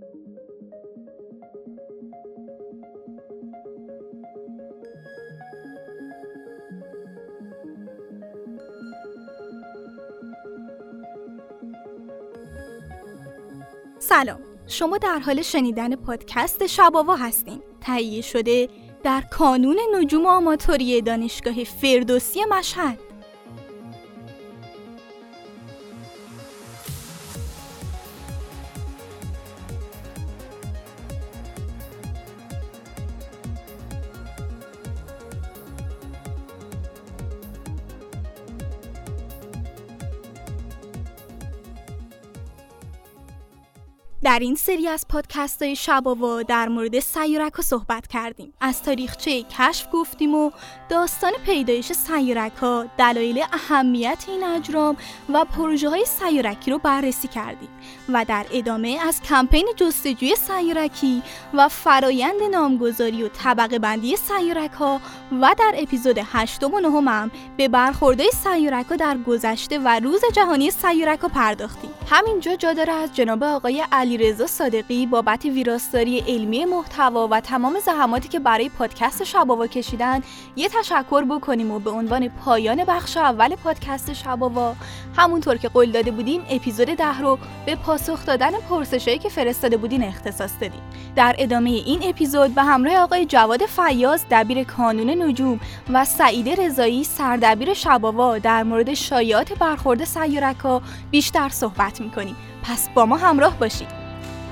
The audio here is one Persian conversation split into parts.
سلام، شما در حال شنیدن پادکست شب‌آوا هستین. تهیه شده در کانون نجوم آماتوری دانشگاه فردوسی مشهد. در این سری از پادکست‌های شب‌آوا در مورد سیارک‌ها صحبت کردیم. از تاریخچه کشف گفتیم و داستان پیدایش سیارک‌ها، دلایل اهمیت این اجرام و پروژه‌های سیارکی رو بررسی کردیم و در ادامه از کمپین جستجوی سیارکی و فرایند نامگذاری و طبقه بندی سیارک‌ها و در اپیزود 8 و 9 هم به برخوردهای سیارک‌ها در گذشته و روز جهانی سیارک‌ها پرداختیم. همینجا جا داره از جناب آقای علیرضا صادقی بابت ویراستاری علمی محتوا و تمام زحماتی که برای پادکست شب‌آوا کشیدن یه تشکر بکنیم و به عنوان پایان بخش اول پادکست شب‌آوا همونطور که قول داده بودیم اپیزود 10 رو به پاسخ دادن پرسشایی که فرستاده بودین اختصاص دادیم. در ادامه این اپیزود به همراه آقای جواد فیاض دبیر کانون نجوم و سعید رضایی سردبیر شب‌آوا در مورد شایعات برخورد سیارک‌ها بیشتر صحبت می‌کنیم. پس با ما همراه باشید.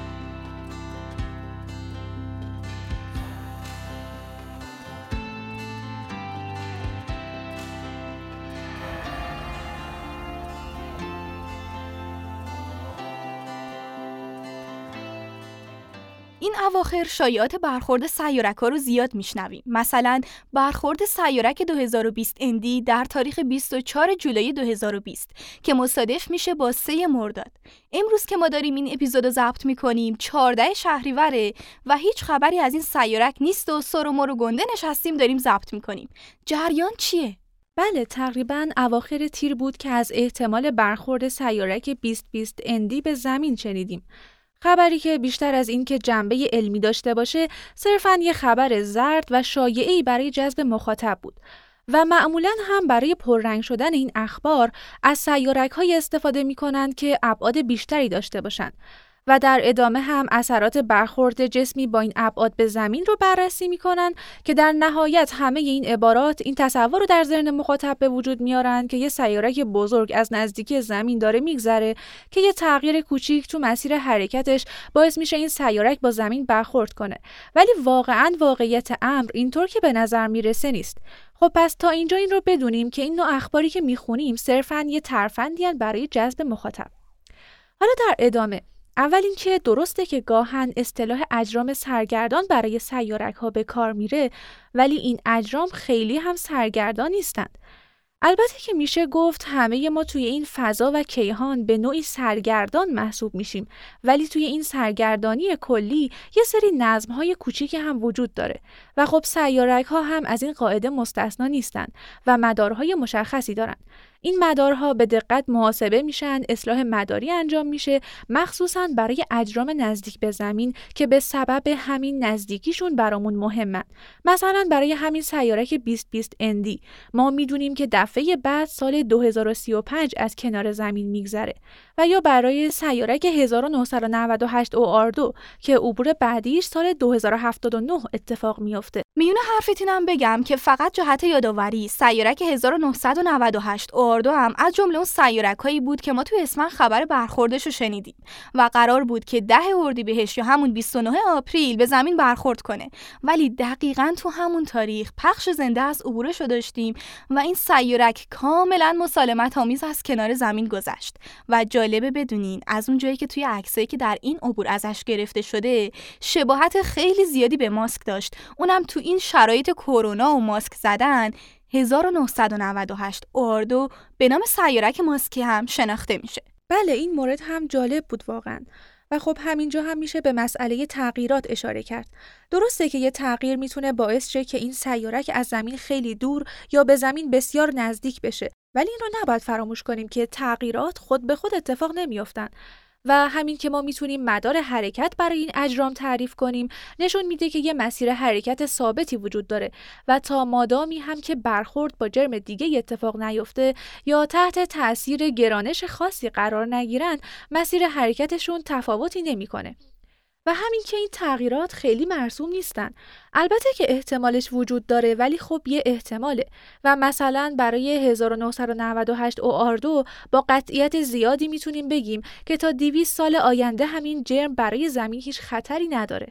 این اواخر شایعات برخورد سیارک‌ها رو زیاد میشنویم. مثلا برخورد سیارک 2020 ND در تاریخ 24 جولای 2020 که مصادف میشه با 3 مرداد. امروز که ما داریم این اپیزودو ضبط میکنیم 14 شهریوره و هیچ خبری از این سیارک نیست و سر و مر و گنده نشستیم داریم ضبط میکنیم. جریان چیه؟ بله، تقریباً اواخر تیر بود که از احتمال برخورد سیارک 2020 ND به زمین شنیدیم. خبری که بیشتر از این که جنبه علمی داشته باشه صرفاً یه خبر زرد و شایعی برای جذب مخاطب بود و معمولاً هم برای پررنگ شدن این اخبار از سیارک‌های استفاده می‌کنند که ابعاد بیشتری داشته باشند و در ادامه هم اثرات برخورد جسمی با این ابعاد به زمین رو بررسی می‌کنند که در نهایت همه این عبارات این تصور رو در ذهن مخاطب به وجود میارن که یه سیارک بزرگ از نزدیکی زمین داره میگذره که یه تغییر کوچیک تو مسیر حرکتش باعث میشه این سیارک با زمین برخورد کنه، ولی واقعاً واقعیت امر اینطور که به نظر میرسه نیست. خب پس تا اینجا این رو بدونیم که این نوع اخباری که میخونیم صرفاً یه ترفندیان برای جذب مخاطب. حالا در ادامه اول اینکه درسته که گاهن اصطلاح اجرام سرگردان برای سیارک‌ها به کار میره، ولی این اجرام خیلی هم سرگردان نیستند. البته که میشه گفت همه ما توی این فضا و کیهان به نوعی سرگردان محسوب میشیم، ولی توی این سرگردانی کلی یه سری نظم‌های کوچیکی هم وجود داره و خب سیارک‌ها هم از این قاعده مستثنا نیستند و مدارهای مشخصی دارن. این مدارها به دقت محاسبه میشن، اصلاح مداری انجام میشه، مخصوصاً برای اجرام نزدیک به زمین که به سبب همین نزدیکیشون برامون مهمن. مثلا برای همین سیارک 2020 ND ما میدونیم که دفعه بعد سال 2035 از کنار زمین میگذره و یا برای سیارک 1998 OR2 که عبور بعدیش سال 2079 اتفاق میفته. میونه حرفتونم بگم که فقط جهت یادآوری سیارک 1998 OR2 هم از جمله اون سیارک‌هایی بود که ما تو اسفند خبر برخوردش رو شنیدیم و قرار بود که 10 اردیبهشت یا همون 29 آپریل به زمین برخورد کنه، ولی دقیقاً تو همون تاریخ پخش زنده از عبورش رو داشتیم و این سیارک کاملاً مسالمت آمیز از کنار زمین گذشت و جالبه بدونین از اون جایی که توی عکسایی که در این عبور ازش گرفته شده شباهت خیلی زیادی به ماسک داشت، اونم تو این شرایط کرونا و ماسک زدن 1998 OR2 به نام سیارک ماسکی هم شناخته میشه. بله، این مورد هم جالب بود واقعاً. و خب همینجا هم میشه به مسئله تغییرات اشاره کرد. درسته که یه تغییر میتونه باعث شه که این سیارک از زمین خیلی دور یا به زمین بسیار نزدیک بشه، ولی این رو نباید فراموش کنیم که تغییرات خود به خود اتفاق نمیافتن. و همین که ما میتونیم مدار حرکت برای این اجرام تعریف کنیم نشون میده که یه مسیر حرکت ثابتی وجود داره و تا مادامی هم که برخورد با جرم دیگه اتفاق نیفته یا تحت تأثیر گرانش خاصی قرار نگیرن مسیر حرکتشون تفاوتی نمیکنه. و همین که این تغییرات خیلی مرسوم نیستن. البته که احتمالش وجود داره ولی خب یه احتماله و مثلا برای 1998 OR2 با قطعیت زیادی میتونیم بگیم که تا 200 سال آینده همین جرم برای زمین هیچ خطری نداره.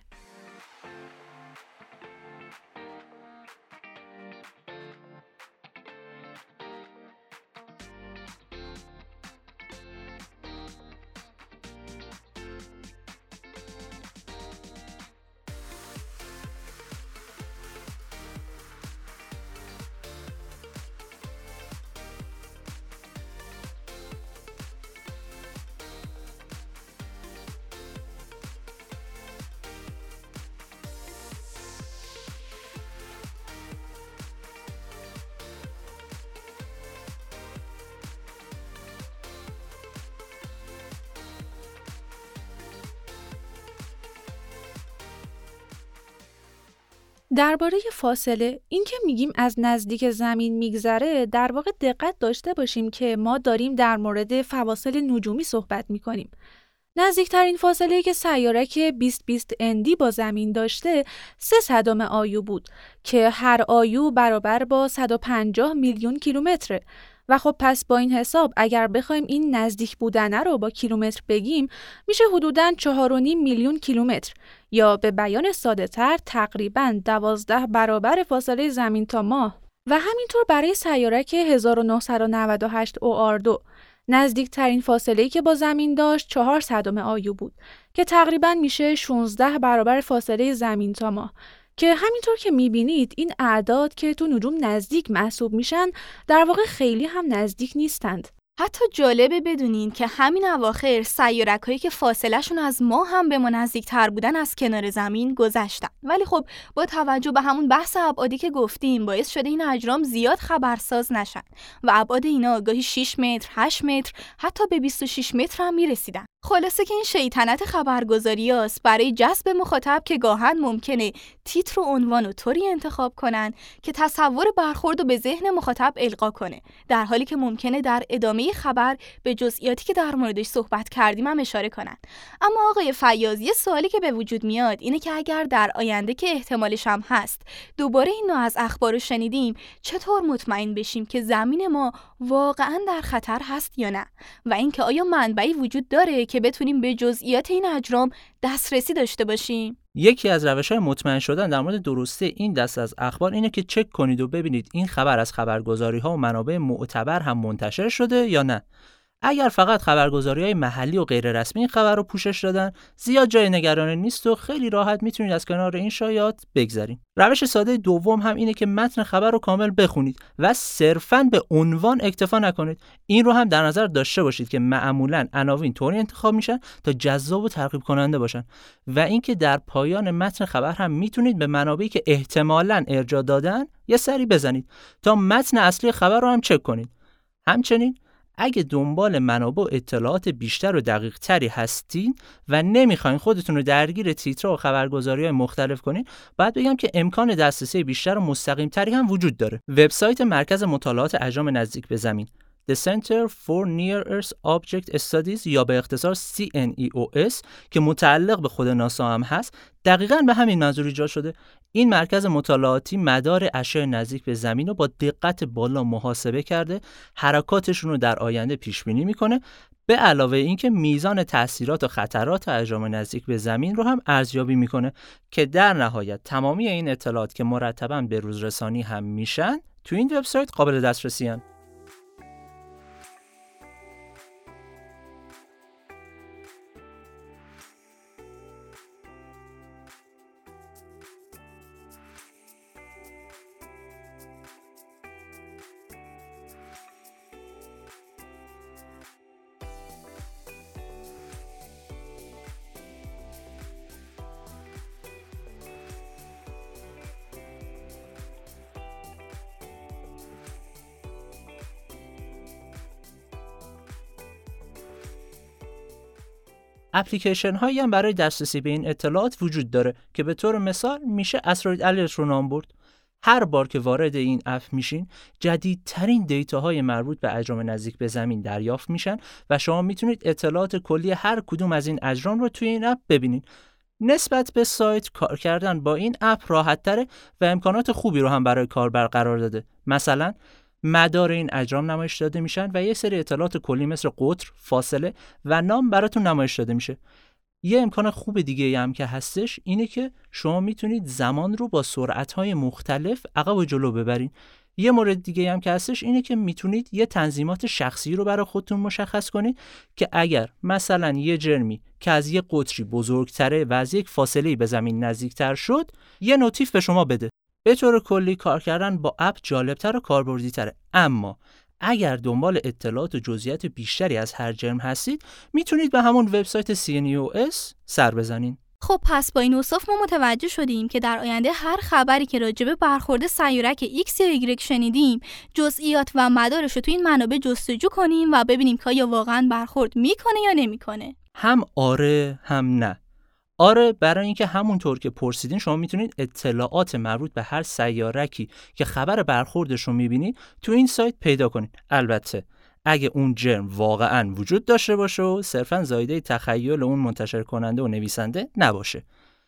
درباره فاصله، این که میگیم از نزدیک زمین میگذره، در واقع دقت داشته باشیم که ما داریم در مورد فواصل نجومی صحبت میکنیم. نزدیکترین فاصله که سیارک 2020 ND با زمین داشته 0.03 آیو بود که هر آیو برابر با 150 میلیون کیلومتره. و خب پس با این حساب اگر بخوایم این نزدیک بودنه رو با کیلومتر بگیم میشه حدوداً 4.5 میلیون کیلومتر یا به بیان ساده تر تقریباً 12 برابر فاصله زمین تا ماه. و همینطور برای سیارک 1998 OR2 نزدیکترین فاصله‌ای که با زمین داشت 0.04 آیو بود که تقریباً میشه 16 برابر فاصله زمین تا ماه. که همینطور که میبینید این اعداد که تو نجوم نزدیک محسوب میشن در واقع خیلی هم نزدیک نیستند. حتی جالبه بدونین که همین اواخر سیارک‌هایی که فاصله‌شون از ما هم به ما نزدیک‌تر بودن از کنار زمین گذشتن. ولی خب با توجه به همون بحث ابعادی که گفتیم باعث شده این اجرام زیاد خبرساز نشن و ابعاد اینا گاهی 6 متر، 8 متر، حتی به 26 متر هم میرسیدن. خلاصه که این شیطنت خبرگزاریاست برای جذب مخاطب که گاهن ممکنه تیتر و عنوان و طوری انتخاب کنن که تصور برخورد رو به ذهن مخاطب القا کنه، در حالی که ممکنه در ادامه خبر به جزئیاتی که در موردش صحبت کردیم هم اشاره کنن. اما آقای فیاض، یه سوالی که به وجود میاد اینه که اگر در آینده که احتمالش هم هست دوباره این نوع از اخبار رو شنیدیم، چطور مطمئن بشیم که زمین ما واقعاً در خطر هست یا نه؟ و اینکه آیا منبعی وجود داره که بتونیم به جزئیات این اجرام دسترسی داشته باشیم؟ یکی از روش‌های مطمئن شدن در مورد درستی این دست از اخبار اینه که چک کنید و ببینید این خبر از خبرگزاری‌ها و منابع معتبر هم منتشر شده یا نه. اگر فقط خبرگزاری‌های محلی و غیر رسمی این خبر رو پوشش دادن، زیاد جای نگرانی نیست و خیلی راحت میتونید از کنار این شایعات بگذرین. روش ساده دوم هم اینه که متن خبر رو کامل بخونید و صرفاً به عنوان اکتفا نکنید. این رو هم در نظر داشته باشید که معمولاً عناوین طوری انتخاب میشن تا جذاب و ترغیب کننده باشن و اینکه در پایان متن خبر هم میتونید به منابعی که احتمالاً ارجاع دادن یه سری بزنید تا متن اصلی خبر رو هم چک کنید. همچنین اگه دنبال منابع و اطلاعات بیشتر و دقیق تری هستین و نمیخواین خودتون رو درگیر تیترها و خبرگزاری‌های مختلف کنین، باید بگم که امکان دسترسی بیشتر و مستقیم تری هم وجود داره. وبسایت مرکز مطالعات اجرام نزدیک به زمین The Center for Near Earth Object Studies یا به اختصار CNEOS که متعلق به خود ناسا هم هست، دقیقاً به همین منظور ایجاد شده. این مرکز مطالعاتی مدار اشیاء نزدیک به زمین رو با دقت بالا محاسبه کرده، حرکاتشون رو در آینده پیش بینی میکنه، به علاوه اینکه میزان تاثیرات و خطرات اجرام نزدیک به زمین رو هم ارزیابی میکنه که در نهایت تمامی این اطلاعات که مرتباً به روز رسانی هم میشن تو این وبسایت قابل دسترسی هستند. اپلیکیشن هایی هم برای دسترسی به این اطلاعات وجود داره که به طور مثال میشه استروید الرت رو نام برد. هر بار که وارد این اپ میشین جدیدترین دیتاهای مربوط به اجرام نزدیک به زمین دریافت میشن و شما میتونید اطلاعات کلی هر کدوم از این اجرام رو توی این اپ ببینید. نسبت به سایت کار کردن با این اپ راحت تره و امکانات خوبی رو هم برای کاربر قرار داده. مثلا مدار این اجرام نمایش داده میشن و یه سری اطلاعات کلی مثل قطر، فاصله و نام براتون نمایش داده میشه. یه امکان خوب دیگه هم که هستش اینه که شما میتونید زمان رو با سرعت‌های مختلف عقب و جلو ببرین. یه مورد دیگه هم که هستش اینه که میتونید یه تنظیمات شخصی رو برای خودتون مشخص کنید که اگر مثلا یه جرمی که از یه قطری بزرگتره و از یک فاصله‌ای به زمین نزدیکتر شد یه نوتیف به شما بده. به طور کلی کار کردن با اپ جالبتر و کاربردی‌تره، اما اگر دنبال اطلاعات و جزئیات بیشتری از هر جرم هستید میتونید به همون وبسایت CNUS سر بزنین. خب پس با این اوصاف ما متوجه شدیم که در آینده هر خبری که راجع به برخورد سیارک X یا Y شنیدیم جزئیات و مدارش رو تو این منابع جستجو کنیم و ببینیم که آیا واقعا برخورد میکنه یا نمیکنه. هم آره هم نه. آره برای اینکه همونطور که پرسیدین شما میتونید اطلاعات مربوط به هر سیارکی که خبر برخوردش رو میبینید تو این سایت پیدا کنید. البته اگه اون جرم واقعاً وجود داشته باشه و صرفاً زایده تخیل اون منتشر کننده و نویسنده نباشه.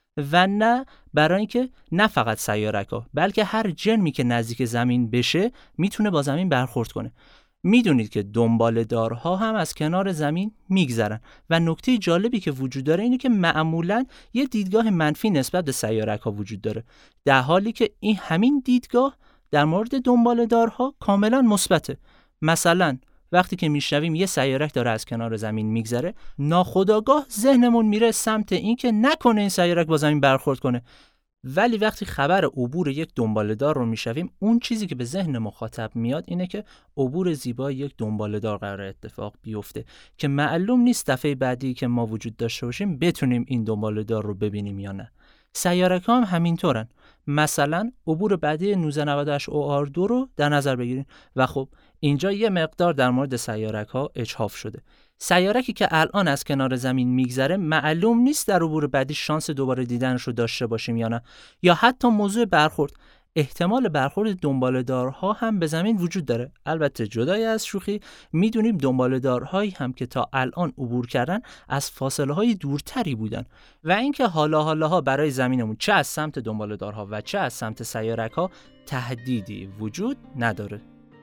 و نه برای اینکه نه فقط سیارک‌ها بلکه هر جرمی که نزدیک زمین بشه میتونه با زمین برخورد کنه. میدونید که دنباله‌دارها هم از کنار زمین میگذرن و نکته جالبی که وجود داره اینه که معمولاً یه دیدگاه منفی نسبت به سیارک‌ها وجود داره، در حالی که این همین دیدگاه در مورد دنباله‌دارها کاملاً مثبته. مثلا وقتی که میشنویم یه سیارک داره از کنار زمین میگذره ناخودآگاه ذهنمون میره سمت این که نکنه این سیارک با زمین برخورد کنه، ولی وقتی خبر عبور یک دنباله‌دار رو میشنویم اون چیزی که به ذهن مخاطب میاد اینه که عبور زیبای یک دنباله‌دار قرار اتفاق بیفته که معلوم نیست دفعه بعدی که ما وجود داشته باشیم بتونیم این دنباله‌دار رو ببینیم یا نه. سیارک‌ها هم همینطورن. مثلا عبور بعدی 1998 OR2 رو در نظر بگیرین و خب اینجا یه مقدار در مورد سیارک‌ها اجحاف شده. سیارکی که الان از کنار زمین میگذره معلوم نیست در عبور بعدی شانس دوباره دیدنش رو داشته باشیم یا نه. یا حتی موضوع برخورد، احتمال برخورد دنباله‌دارها هم به زمین وجود داره. البته جدای از شوخی میدونیم دنباله‌دارهایی هم که تا الان عبور کردن از فاصله‌های دورتری بودن و اینکه حالا برای زمینمون چه از سمت دنباله‌دارها و چه از سمت سیارک‌ها تهدیدی وجود نداره.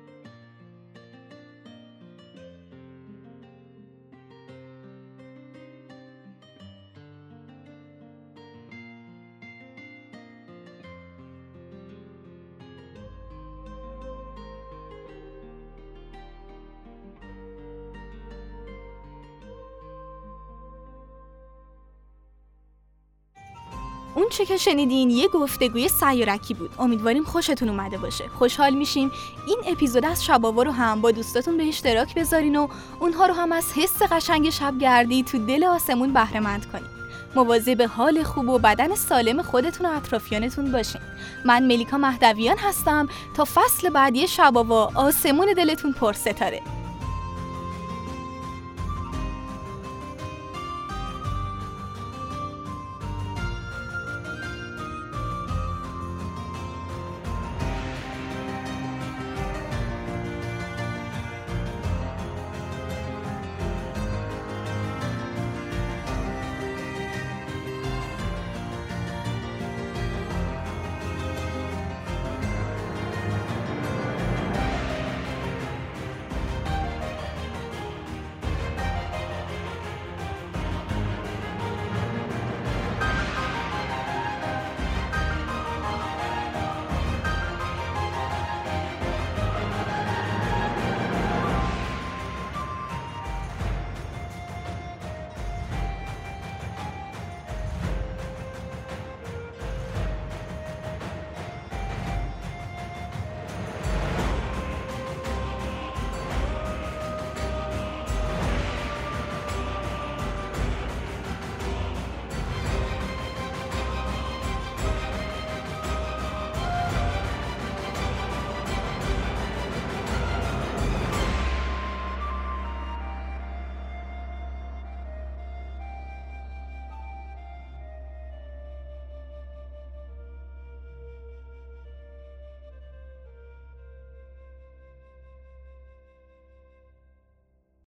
اون چه که شنیدین یه گفتگوی سیارکی بود. امیدواریم خوشتون اومده باشه. خوشحال میشیم این اپیزود از شباوا رو هم با دوستاتون به اشتراک بذارین و اونها رو هم از حس قشنگ شبگردی تو دل آسمون بهره مند کنین. مواظب حال خوب و بدن سالم خودتون و اطرافیانتون باشین. من ملیکا مهدویان هستم. تا فصل بعدی شباوا آسمون دلتون پر ستاره.